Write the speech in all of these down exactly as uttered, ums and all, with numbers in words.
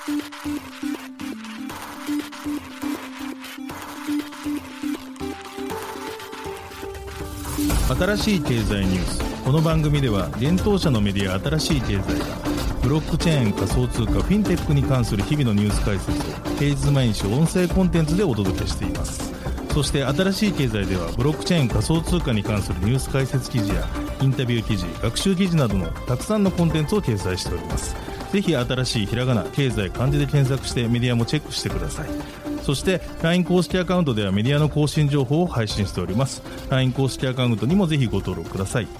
新しい経済ニュース。この番組では現当社のメディア新しい経済がブロックチェーン、仮想通貨、フィンテックに関する日々のニュース解説を平日毎日音声コンテンツでお届けしています。そして新しい経済ではブロックチェーン、仮想通貨に関するニュース解説記事やインタビュー記事、学習記事などのたくさんのコンテンツを掲載しております。ぜひ新しいひらがな、経済、漢字で検索してメディアもチェックしてください。そして ライン 公式アカウントではメディアの更新情報を配信しております。 ライン 公式アカウントにもぜひご登録ください。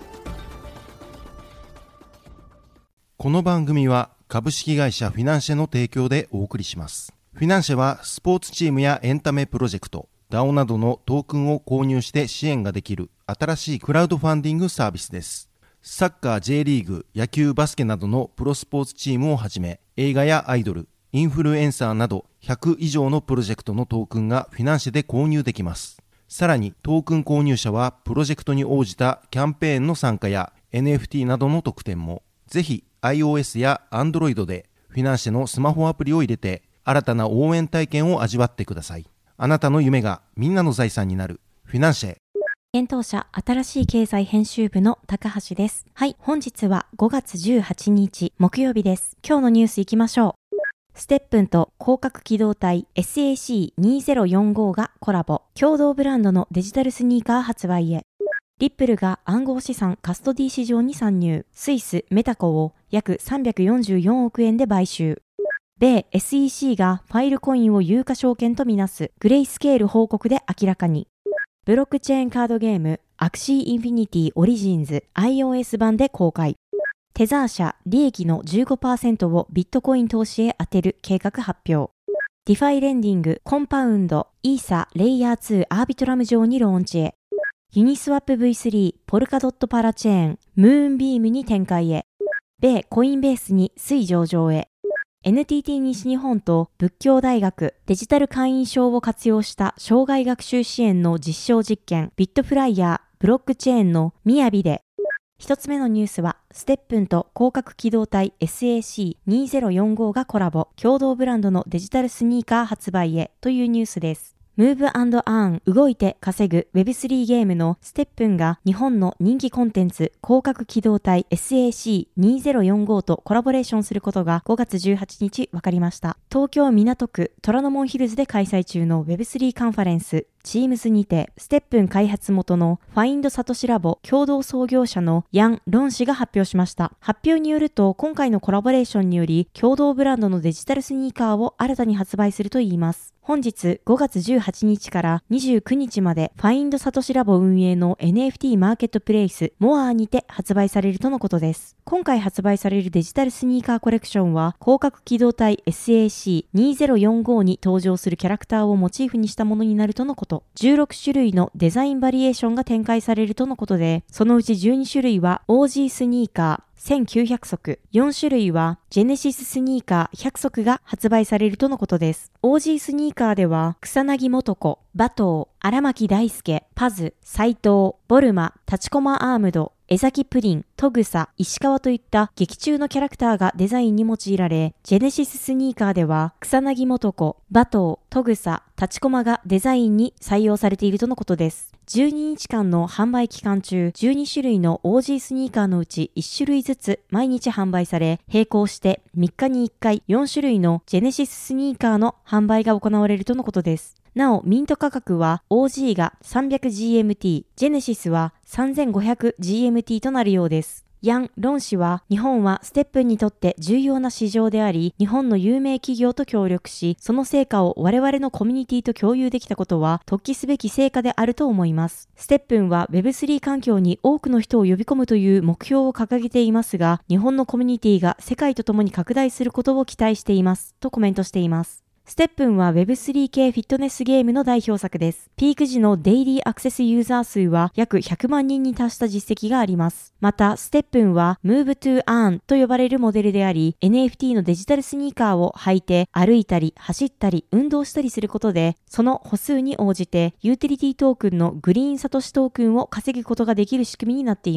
この番組は株式会社フィナンシェの提供でお送りします。フィナンシェはスポーツチームやエンタメプロジェクト、ダオ などのトークンを購入して支援ができる新しいクラウドファンディングサービスです。サッカー、J リーグ、野球、バスケなどのプロスポーツチームをはじめ、映画やアイドル、インフルエンサーなどひゃく以上のプロジェクトのトークンがフィナンシェで購入できます。さらにトークン購入者はプロジェクトに応じたキャンペーンの参加や エヌエフティー などの特典も。ぜひ iOS や Android でフィナンシェのスマホアプリを入れて新たな応援体験を味わってください。あなたの夢がみんなの財産になるフィナンシェ。 現当社新しい経済編集部の高橋です。はい、本日はごがつじゅうはちにち木曜日です。今日のニュースいきましょう。ステップンと広角機動隊 エスエーシーにせんよんじゅうご がコラボ。共同ブランドのデジタルスニーカー発売へ。リップルが暗号資産カストディ市場に参入。スイスメタコを約さんびゃくよんじゅうよんおくえんで買収。米 エスイーシー がファイルコインを有価証券とみなす。グレイスケール報告で明らかに。ブロックチェーンカードゲームアクシーインフィニティオリジンズ iOS 版で公開。テザー社利益の じゅうごパーセント をビットコイン投資へ充てる計画発表。ディファイレンディングコンパウンドイーサレイヤーツーアービトラム上にローンチへ。ユニスワップ ブイスリー ポルカドットパラチェーンムーンビームに展開へ。米コインベースに推上場へ。エヌティーティー 西日本と仏教大学デジタル会員証を活用した障害学習支援の実証実験ビットフライヤーブロックチェーンのみやびで。一つ目のニュースは、ステップンと広角機動隊 エスエーシーにせんよんじゅうご がコラボ、共同ブランドのデジタルスニーカー発売へというニュースです。ムーブ&アーン動いて稼ぐ ウェブスリー ゲームのステップンが日本の人気コンテンツ広角機動隊 エスエーシーにせんよんじゅうご とコラボレーションすることがごがつじゅうはちにち分かりました。東京港区虎ノ門ヒルズで開催中の ウェブスリー カンファレンスチームズにてステップン開発元のファインドサトシラボ共同創業者のヤン・ロン氏が発表しました。発表によると今回のコラボレーションにより共同ブランドのデジタルスニーカーを新たに発売するといいます。本日ごがつじゅうはちにちからにじゅうくにちまでファインドサトシラボ運営の エヌエフティー マーケットプレイスモアにて発売されるとのことです。今回発売されるデジタルスニーカーコレクションは広角機動隊 エスエーシーにせんよんじゅうご に登場するキャラクターをモチーフにしたものになるとのこと。じゅうろくしゅるいのデザインバリエーションが展開されるとのことで、そのうちじゅうにしゅるいは オージー スニーカーせんきゅうひゃくそく、よんしゅるいはジェネシススニーカーひゃくそくが発売されるとのことです。オージー スニーカーでは草薙素子、馬頭、荒牧大輔、パズ、斉藤、ボルマ、立駒アームド、江崎プリン、トグサ、石川といった劇中のキャラクターがデザインに用いられ、ジェネシススニーカーでは草薙素子、馬頭、トグサ、立駒がデザインに採用されているとのことです。じゅうににちかんの販売期間中、じゅうにしゅるいの オージー スニーカーのうちいっしゅるいずつ毎日販売され、並行してみっかにいっかいよんしゅるいのジェネシススニーカーの販売が行われるとのことです。なお、ミント価格は オージー が さんびゃくジーエムティー、ジェネシスは さんぜんごひゃくジーエムティー となるようです。ヤン・ロン氏は、日本はステップンにとって重要な市場であり、日本の有名企業と協力し、その成果を我々のコミュニティと共有できたことは、突起すべき成果であると思います。ステップンは ウェブスリー 環境に多くの人を呼び込むという目標を掲げていますが、日本のコミュニティが世界と共に拡大することを期待しています、とコメントしています。ステップンは ウェブスリー 系フィットネスゲームの代表作です。ピーク時のデイリーアクセスユーザー数は約ひゃくまんにんに達した実績があります。また、ステップンは Move to Earn と呼ばれるモデルであり、エヌエフティー のデジタルスニーカーを履いて歩いたり走ったり運動したりすることで、その歩数に応じてユーティリティトークンのグリーンサトシトークンを稼ぐことができる仕組みになっています。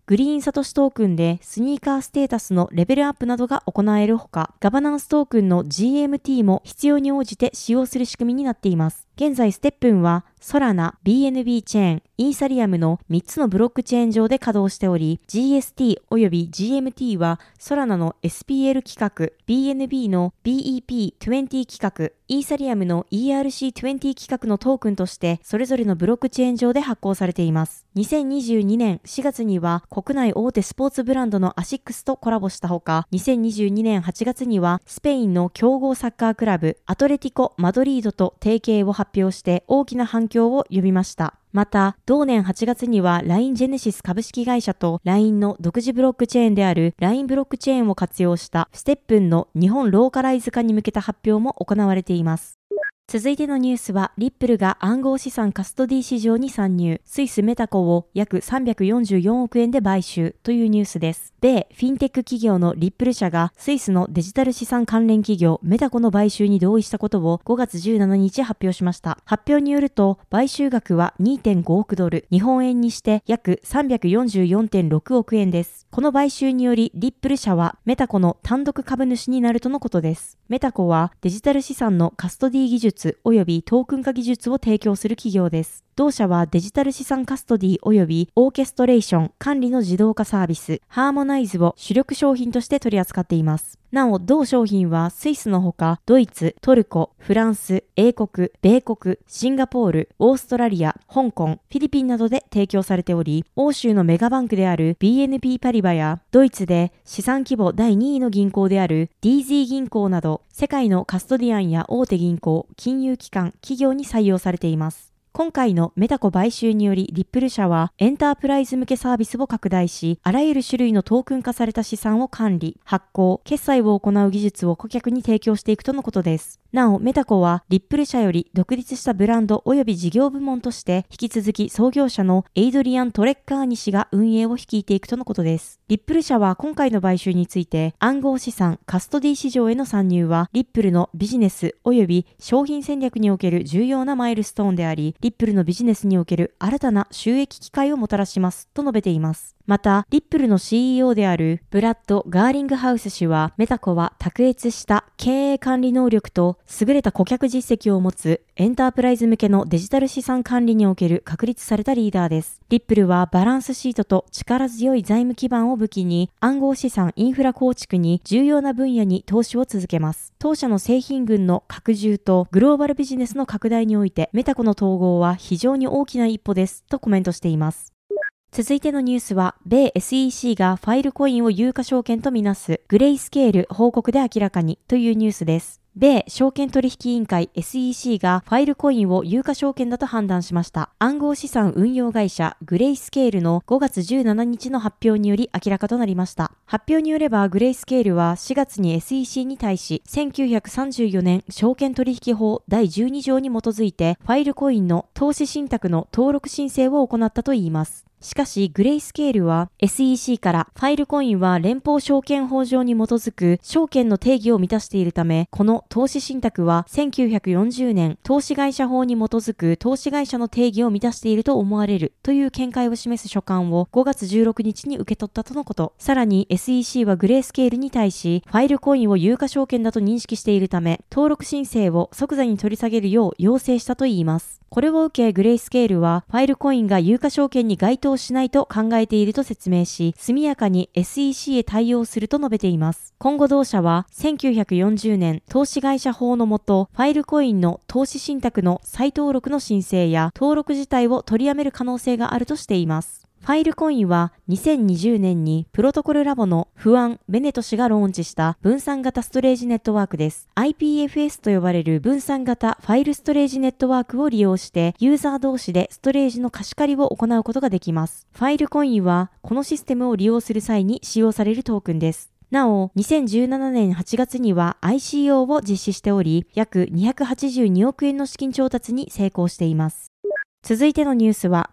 グリーンサトシトークンでスニーカーステータスのレベルアップなどが行えるほか、ガバナンストークンの ジーエムティー も必要に応じて使用する仕組みになっています。現在ステップンはソラナ、ビーエヌビー チェーン、イーサリアムのみっつのブロックチェーン上で稼働しており、ジーエスティー および ジーエムティー はソラナの エスピーエル 規格、ビーエヌビー の ビーイーピーにじゅう 規格、イーサリアムの イーアールシーにじゅう 規格のトークンとしてそれぞれのブロックチェーン上で発行されています。にせんにじゅうにねんしがつには国内大手スポーツブランドのアシックスとコラボしたほか、にせんにじゅうにねんはちがつにはスペインの強豪サッカークラブアトレティコ・マドリードと提携を発表して大きな反響を呼びました。また、同年はちがつには ライン ジェネシス株式会社と ライン の独自ブロックチェーンである ライン ブロックチェーンを活用したステップンの日本ローカライズ化に向けた発表も行われています。続いてのニュースは、リップルが暗号資産カストディ市場に参入、スイスメタコを約さんびゃくよんじゅうよんおくえんで買収というニュースです。米フィンテック企業のリップル社がスイスのデジタル資産関連企業メタコの買収に同意したことをごがつじゅうしちにち発表しました。発表によると、買収額は にてんごおくドル、日本円にして約 さんびゃくよんじゅうよんてんろくおくえんです。この買収により、リップル社はメタコの単独株主になるとのことです。メタコはデジタル資産のカストディ技術及びトークン化技術を提供する企業です。同社はデジタル資産カストディ及びオーケストレーション、管理の自動化サービス、ハーモナイズを主力商品として取り扱っています。なお、同商品はスイスのほか、ドイツ、トルコ、フランス、英国、米国、シンガポール、オーストラリア、香港、フィリピンなどで提供されており、欧州のメガバンクである ビーエヌピー パリバや、ドイツで資産規模だいにいの銀行である ディーゼー 銀行など、世界のカストディアンや大手銀行、金融機関、企業に採用されています。今回のメタコ買収によりリップル社はエンタープライズ向けサービスを拡大し、あらゆる種類のトークン化された資産を管理、発行、決済を行う技術を顧客に提供していくとのことです。なお、メタコはリップル社より独立したブランド及び事業部門として引き続き創業者のエイドリアン・トレッカーニ氏が運営を率いていくとのことです。リップル社は今回の買収について暗号資産カストディ市場への参入はリップルのビジネス及び商品戦略における重要なマイルストーンであり、リップルのビジネスにおける新たな収益機会をもたらしますと述べています。また、リップルの シーイーオー であるブラッド・ガーリングハウス氏は、メタコは卓越した経営管理能力と優れた顧客実績を持つエンタープライズ向けのデジタル資産管理における確立されたリーダーです。リップルはバランスシートと力強い財務基盤を武器に暗号資産インフラ構築に重要な分野に投資を続けます。当社の製品群の拡充とグローバルビジネスの拡大においてメタコの統合は非常に大きな一歩ですとコメントしています。続いてのニュースは、米 エスイーシー がファイルコインを有価証券とみなすグレイスケール報告で明らかにというニュースです。米証券取引委員会 エスイーシー がファイルコインを有価証券だと判断しました。暗号資産運用会社グレイスケールのごがつじゅうしちにちの発表により明らかとなりました。発表によればグレイスケールはしがつに エスイーシー に対しせんきゅうひゃくさんじゅうよねん証券取引法だいじゅうにじょうに基づいてファイルコインの投資信託の登録申請を行ったといいます。しかし、グレイスケールは エスイーシー からファイルコインは連邦証券法上に基づく証券の定義を満たしているため、この投資信託はせんきゅうひゃくよんじゅうねん投資会社法に基づく投資会社の定義を満たしていると思われるという見解を示す書簡をごがつじゅうろくにちに受け取ったとのこと。さらに エスイーシー はグレイスケールに対し、ファイルコインを有価証券だと認識しているため、登録申請を即座に取り下げるよう要請したといいます。これを受けグレイスケールはファイルコインが有価証券に該当しないと考えていると説明し、速やかに エスイーシー へ対応すると述べています。今後同社はせんきゅうひゃくよんじゅうねん投資会社法の下、ファイルコインの投資信託の再登録の申請や登録自体を取りやめる可能性があるとしています。ファイルコインはにせんにじゅうねんにプロトコルラボのフアン・ベネト氏がローンチした分散型ストレージネットワークです。アイピーエフエス と呼ばれる分散型ファイルストレージネットワークを利用してユーザー同士でストレージの貸し借りを行うことができます。ファイルコインはこのシステムを利用する際に使用されるトークンです。なお、にせんじゅうななねんはちがつには アイシーオー を実施しており、約にひゃくはちじゅうにおくえんの資金調達に成功しています。続いてのニュースは、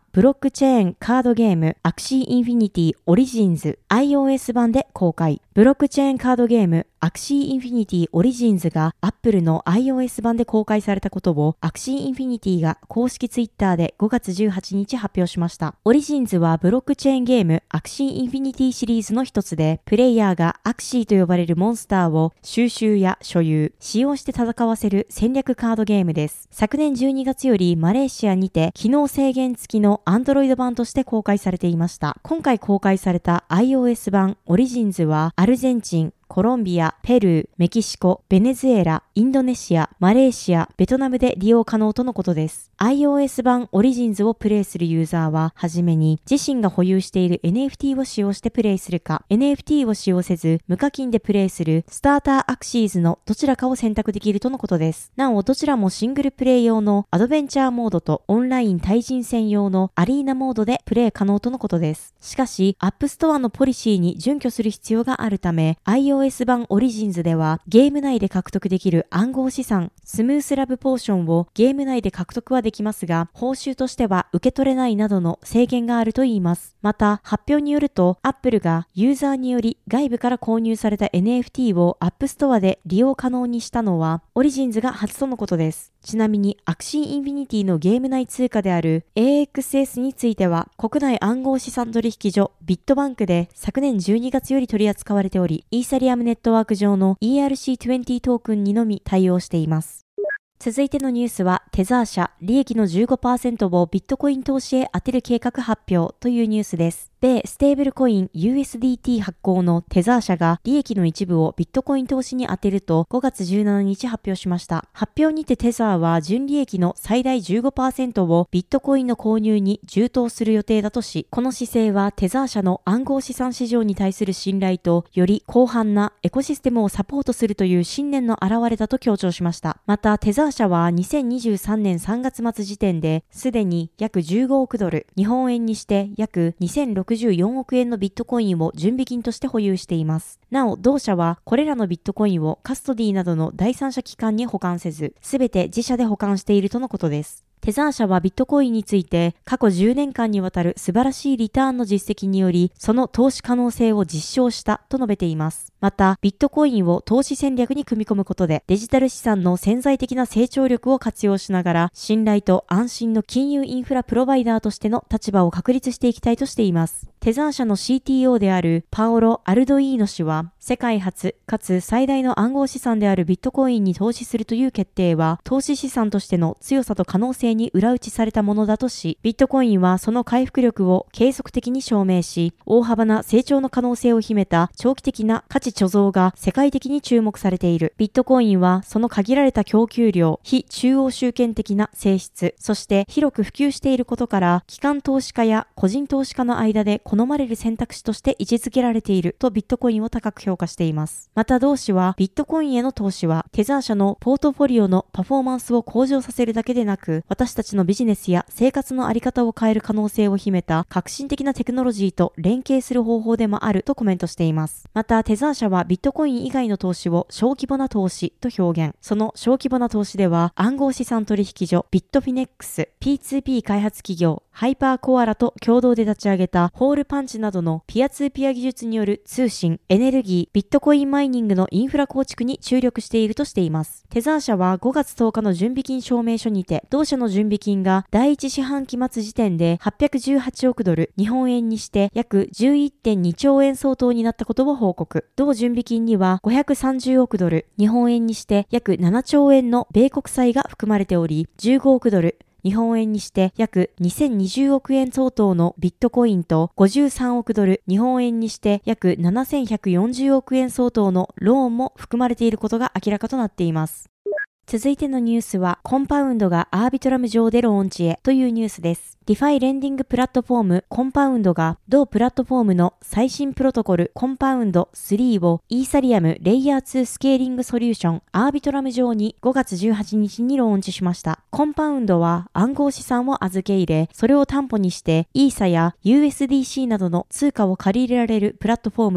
ブロックチェーンカードゲームアクシーインフィニティオリジンズ iOS 版で公開。ブロックチェーンカードゲームアクシーインフィニティオリジンズが Apple の iOS 版で公開されたことをアクシーインフィニティが公式ツイッターでごがつじゅうはちにち発表しました。オリジンズはブロックチェーンゲームアクシーインフィニティシリーズの一つで、プレイヤーがアクシーと呼ばれるモンスターを収集や所有、使用して戦わせる戦略カードゲームです。昨年じゅうにがつよりマレーシアにて機能制限付きの Android 版として公開されていました。今回公開された iOS 版オリジンズはアルゼンチン、コロンビア、ペルー、メキシコ、ベネズエラ、インドネシア、マレーシア、ベトナムで利用可能とのことです。iOS 版オリジンズをプレイするユーザーは、はじめに自身が保有している エヌエフティー を使用してプレイするか、エヌエフティー を使用せず無課金でプレイするスターターアクシーズのどちらかを選択できるとのことです。なお、どちらもシングルプレイ用のアドベンチャーモードとオンライン対人戦用のアリーナモードでプレイ可能とのことです。しかし、App Store のポリシーに準拠する必要があるため、iOS 版オリジンズではゲーム内で獲得できる暗号資産スムースラブポーションをゲーム内で獲得はできますが、報酬としては受け取れないなどの制限があるといいます。また、発表によると Apple がユーザーにより外部から購入された エヌエフティー を App Store で利用可能にしたのはオリジンズが初とのことです。ちなみにアクシーインフィニティのゲーム内通貨である エーエックスエス については国内暗号資産取引所ビットバンクで昨年じゅうにがつより取り扱われており、イーサリアムネットワーク上の イーアールシーにじゅう トークンにのみ対応しています。続いてのニュースは、テザー社、利益の じゅうごパーセント をビットコイン投資へ充てる計画発表というニュースです。米ステーブルコイン ユーエスディーティー 発行のテザー社が利益の一部をビットコイン投資に充てるとごがつじゅうしちにち発表しました。発表にてテザーは純利益の最大 じゅうごパーセント をビットコインの購入に充当する予定だとし、この姿勢はテザー社の暗号資産市場に対する信頼とより広範なエコシステムをサポートするという信念の表れだと強調しました。またテザー社はにせんにじゅうさんねんさんがつ末時点ですでに約じゅうごおくドル、日本円にして約にせんろくじゅうよんおくえんのビットコインを準備金として保有しています。なお、同社はこれらのビットコインをカストディなどの第三者機関に保管せず、すべて自社で保管しているとのことです。テザー社はビットコインについて過去じゅうねんかんにわたる素晴らしいリターンの実績によりその投資可能性を実証したと述べています。またビットコインを投資戦略に組み込むことでデジタル資産の潜在的な成長力を活用しながら信頼と安心の金融インフラプロバイダーとしての立場を確立していきたいとしています。テザー社の シーティーオー であるパオロ・アルドイーノ氏は世界初かつ最大の暗号資産であるビットコインに投資するという決定は投資資産としての強さと可能性に裏打ちされたものだとし、ビットコインはその回復力を継続的に証明し、大幅な成長の可能性を秘めた長期的な価値貯蔵が世界的に注目されている。ビットコインはその限られた供給量、非中央集権的な性質、そして広く普及していることから機関投資家や個人投資家の間で好まれる選択肢として位置づけられているとビットコインを高く評価しています。また同氏はビットコインへの投資はテザー社のポートフォリオのパフォーマンスを向上させるだけでなく、私たちのビジネスや生活のあり方を変える可能性を秘めた革新的なテクノロジーと連携する方法でもあるとコメントしています。またテザー社はビットコイン以外の投資を小規模な投資と表現。その小規模な投資では暗号資産取引所ビットフィネックス、ピーツーピー 開発企業ハイパーコアラと共同で立ち上げたホールパンチなどのピアツーピア技術による通信、エネルギー、ビットコインマイニングのインフラ構築に注力しているとしています。テザー社はごがつとおかの準備金証明書にて、同社の準備金が第一四半期末時点ではっぴゃくじゅうはちおくドル、日本円にして約 じゅういってんにちょうえん相当になったことを報告。同準備金にはごひゃくさんじゅうおくドル、日本円にして約ななちょうえんの米国債が含まれており、じゅうごおくドル、日本円にして約にせんにじゅうおくえん相当のビットコインとごじゅうさんおくドル、日本円にして約ななせんひゃくよんじゅうおくえん相当のローンも含まれていることが明らかとなっています。続いてのニュースは、コンパウンドがアービトラム上でローンチへというニュースです。ディファイレンディングプラットフォームコンパウンドが同プラットフォームの最新プロトコルコンパウンドスリーをイーサリアムレイヤーツースケーリングソリューションアービトラム上にごがつじゅうはちにちにローンチしました。コンパウンドは暗号資産を預け入れ、それを担保にしてイーサや ユーエスディーシー などの通貨を借り入れられるプラットフォームです。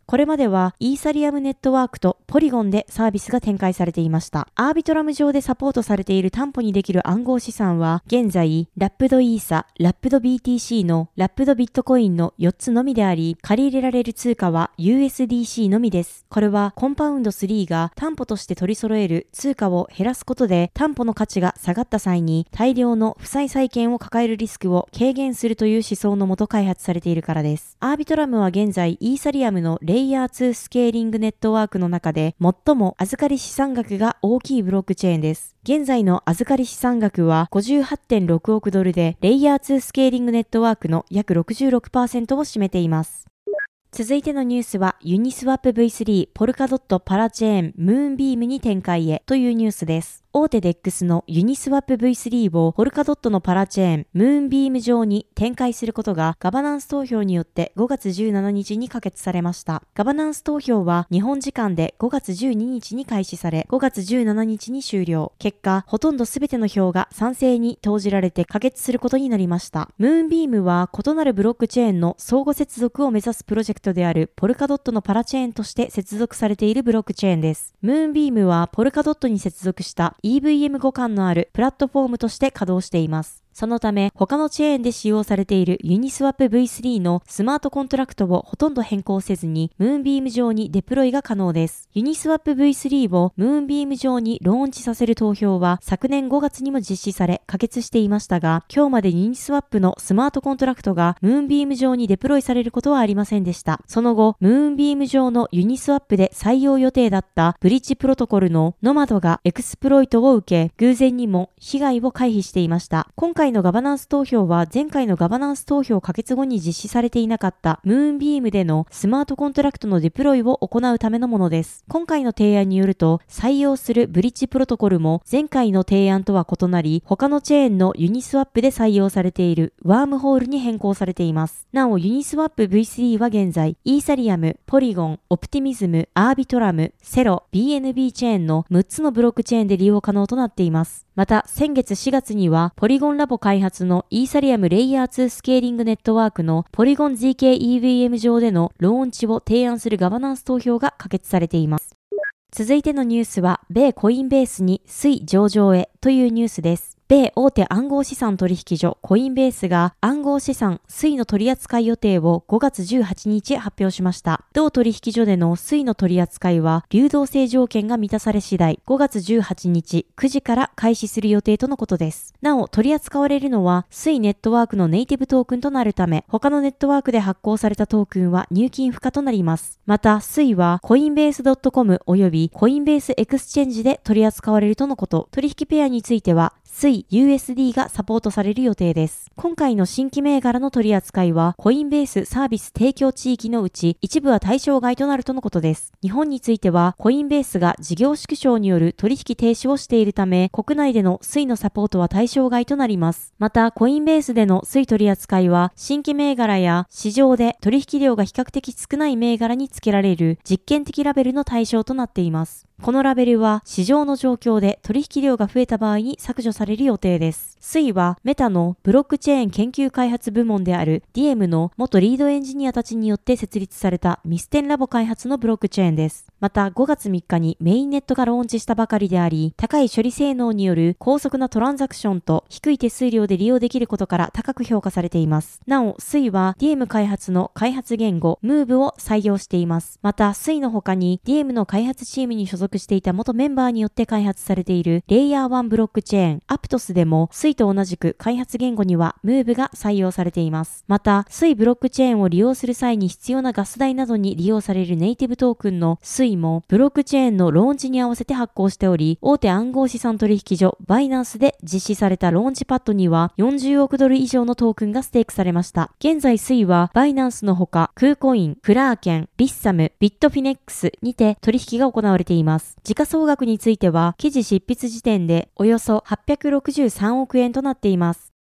これまではイーサリアムネットワークとポリゴンでサービスが展開されていました。アービトラム上でサポートされている担保にできる暗号資産は、現在、ラップドイーサ、ラップド ビーティーシー のラップドビットコインのよっつのみであり、借り入れられる通貨は ユーエスディーシー のみです。これはコンパウンドスリーが担保として取り揃える通貨を減らすことで、担保の価値が下がった際に大量の負債債権を抱えるリスクを軽減するという思想のもと開発されているからです。アービトラムは現在イーサリアムのレイヤーツースケーリングネットワークの中で最も預かり資産額が大きいブロックチェーンです。現在の預かり資産額は ごじゅうはってんろくおくドルで、レイヤーツースケーリングネットワークの約 ろくじゅうろくパーセント を占めています。続いてのニュースは、ユニスワップ ブイスリー ポルカドットパラチェーンムーンビームに展開へというニュースです。大手 デックス のユニスワップ ブイスリー をポルカドットのパラチェーンムーンビーム上に展開することがガバナンス投票によってごがつじゅうしちにちに可決されました。ガバナンス投票は日本時間でごがつじゅうににちに開始され、ごがつじゅうしちにちに終了。結果、ほとんどすべての票が賛成に投じられて可決することになりました。ムーンビームは異なるブロックチェーンの相互接続を目指すプロジェクトであるポルカドットのパラチェーンとして接続されているブロックチェーンです。ムーンビームはポルカドットに接続した イーブイエム 互換のあるプラットフォームとして稼働しています。そのため、他のチェーンで使用されているユニスワップ ブイスリー のスマートコントラクトをほとんど変更せずに、ムーンビーム上にデプロイが可能です。ユニスワップ ブイスリー をムーンビーム上にローンチさせる投票は昨年ごがつにも実施され可決していましたが、今日までユニスワップのスマートコントラクトがムーンビーム上にデプロイされることはありませんでした。その後、ムーンビーム上のユニスワップで採用予定だったブリッジプロトコルのノマドがエクスプロイトを受け、偶然にも被害を回避していました。今回のガバナンス投票は前回のガバナンス投票可決後に実施されていなかったムーンビームでのスマートコントラクトのデプロイを行うためのものです。今回の提案によると、採用するブリッジプロトコルも前回の提案とは異なり、他のチェーンのユニスワップで採用されているワームホールに変更されています。なお、ユニスワップ ブイスリー は現在、イーサリアム、ポリゴン、オプティミズム、アービトラム、セロ、ビーエヌビー チェーンのむっつのブロックチェーンで利用可能となっています。また、先月しがつには、ポリゴンラボ開発のイーサリアムレイヤーツースケーリングネットワークのポリゴン ゼッケーイーブイエム 上でのローンチを提案するガバナンス投票が可決されています。続いてのニュースは、米コインベースに推上場へというニュースです。米大手暗号資産取引所コインベースが暗号資産推の取扱い予定をごがつじゅうはちにち発表しました。同取引所での推の取扱いは流動性条件が満たされ次第ごがつじゅうはちにちくじから開始する予定とのことです。なお取り扱われるのは推ネットワークのネイティブトークンとなるため、他のネットワークで発行されたトークンは入金不可となります。また推はコインベース ドットコム およびコインベースエクスチェンジで取り扱われるとのこと。取引ペアについては推 ユーエスディー がサポートされる予定です。今回の新規銘柄の取り扱いは、コインベースサービス提供地域のうち一部は対象外となるとのことです。日本については、コインベースが事業縮小による取引停止をしているため、国内での推のサポートは対象外となります。また、コインベースでの推取り扱いは、新規銘柄や市場で取引量が比較的少ない銘柄につけられる実験的ラベルの対象となっています。このラベルは市場の状況で取引量が増えた場合に削除される予定です。推はメタのブロックチェーン研究開発部門である ディーエム の元リードエンジニアたちによって設立されたミステンラボ開発のブロックチェーンです。またごがつみっかにメインネットがローンチしたばかりであり、高い処理性能による高速なトランザクションと低い手数料で利用できることから高く評価されています。なお、推は ディーエム 開発の開発言語 ムーブ を採用しています。また、推の他に ディーエム の開発チームに所属していた元メンバーによって開発されているレイヤーワンブロックチェーン アプトス でも推と同じく開発言語には ムーブ が採用されています。また、推ブロックチェーンを利用する際に必要なガス代などに利用されるネイティブトークンの推もブロックチェーンのローンチに合わせて発行しており、大手暗号資産取引所バイナンスで実施されたローンチパッドにはよんじゅうおくドル以上のトークンがステークされました。現在推はバイナンスのほかクーコイン、クラーケン、ビッサム、ビットフィネックスにて取引が行われています。時価総額については記事執筆時点でおよそはっぴゃくろくじゅうさんおくえんとなっています。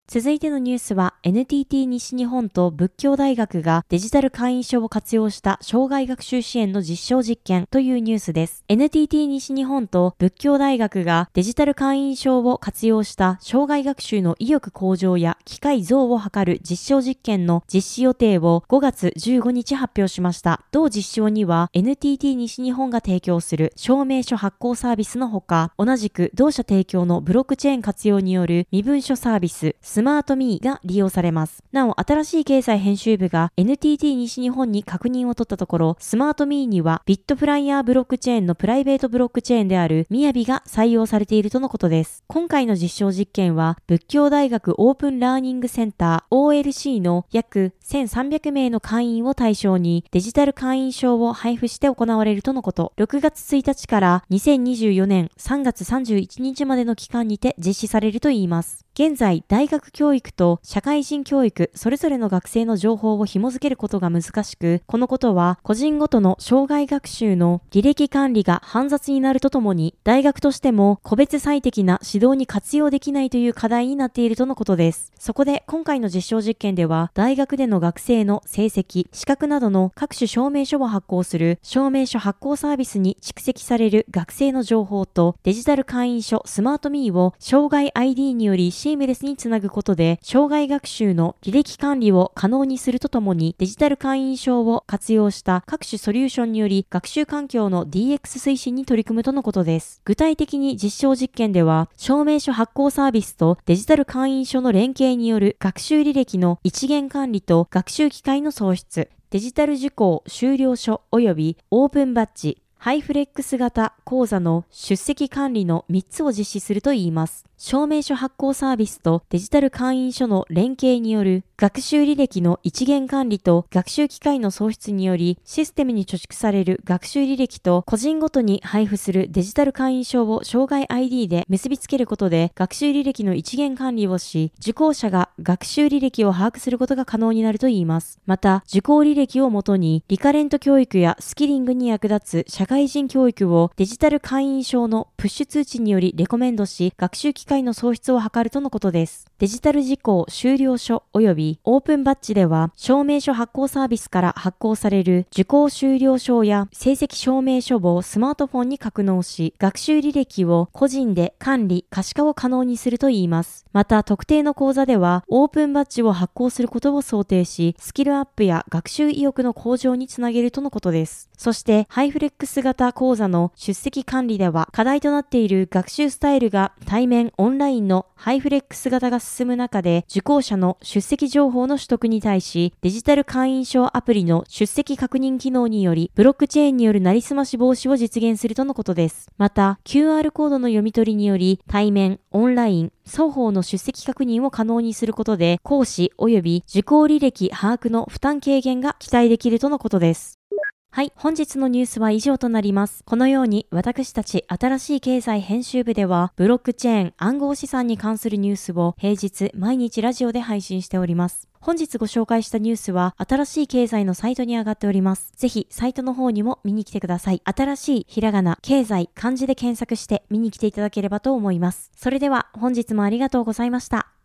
続いてのニュースは エヌティーティー 西日本と仏教大学がデジタル会員証を活用した生涯学習支援の実証実験というニュースです。エヌティーティー 西日本と仏教大学がデジタル会員証を活用した生涯学習の意欲向上や機会増を図る実証実験の実施予定をごがつじゅうごにち発表しました。同実証には エヌティーティー 西日本が提供する証明書発行サービスのほか、同じく同社提供のブロックチェーン活用による身分証サービススマートミーが利用されます。なお、新しい経済編集部が エヌティーティー 西日本に確認を取ったところ、スマートミーにはビットフライヤーブロックチェーンのプライベートブロックチェーンであるみやびが採用されているとのことです。今回の実証実験は、仏教大学オープンラーニングセンター オーエルシー の約せんさんびゃくめいの会員を対象にデジタル会員証を配布して行われるとのこと。ろくがつついたちからにせんにじゅうよねんさんがつさんじゅういちにちまでの期間にて実施されるといいます。現在、大学教育と社会人教育それぞれの学生の情報を紐付けることが難しく、このことは個人ごとの生涯学習の履歴管理が煩雑になるとともに、大学としても個別最適な指導に活用できないという課題になっているとのことです。そこで今回の実証実験では、大学での学生の成績、資格などの各種証明書を発行する証明書発行サービスに蓄積される学生の情報とデジタル会員証スマートミーを生涯 アイディー によりシームレスにつなぐことで、生涯学習の履歴管理を可能にするとともに、デジタル会員証を活用した各種ソリューションにより学習環境の ディーエックス 推進に取り組むとのことです。具体的に実証実験では、証明書発行サービスとデジタル会員証の連携による学習履歴の一元管理と学習機会の創出、デジタル受講修了書及びオープンバッジ、ハイフレックス型講座の出席管理のみっつを実施するといいます。証明書発行サービスとデジタル会員書の連携による学習履歴の一元管理と学習機会の創出により、システムに貯蓄される学習履歴と個人ごとに配布するデジタル会員証を生涯 アイディー で結びつけることで学習履歴の一元管理をし、受講者が学習履歴を把握することが可能になるといいます。また、受講履歴をもとにリカレント教育やスキリングに役立つ社会人教育をデジタル会員証のプッシュ通知によりレコメンドし、学習機会の創出を図るとのことです。デジタル受講修了書及びオープンバッジでは、証明書発行サービスから発行される受講修了証や成績証明書をスマートフォンに格納し、学習履歴を個人で管理・可視化を可能にするといいます。また、特定の講座ではオープンバッジを発行することを想定し、スキルアップや学習意欲の向上につなげるとのことです。そして、ハイフレックス型講座の出席管理では、課題となっている学習スタイルが対面・オンラインのハイフレックス型が進む中で、受講者の出席情報の取得に対し、デジタル会員証アプリの出席確認機能により、ブロックチェーンによるなりすまし防止を実現するとのことです。また、キューアール コードの読み取りにより、対面・オンライン、双方の出席確認を可能にすることで、講師及び受講履歴把握の負担軽減が期待できるとのことです。はい、本日のニュースは以上となります。このように私たち新しい経済編集部では、ブロックチェーン暗号資産に関するニュースを平日毎日ラジオで配信しております。本日ご紹介したニュースは新しい経済のサイトに上がっております。ぜひサイトの方にも見に来てください。新しいひらがな、経済、漢字で検索して見に来ていただければと思います。それでは本日もありがとうございました。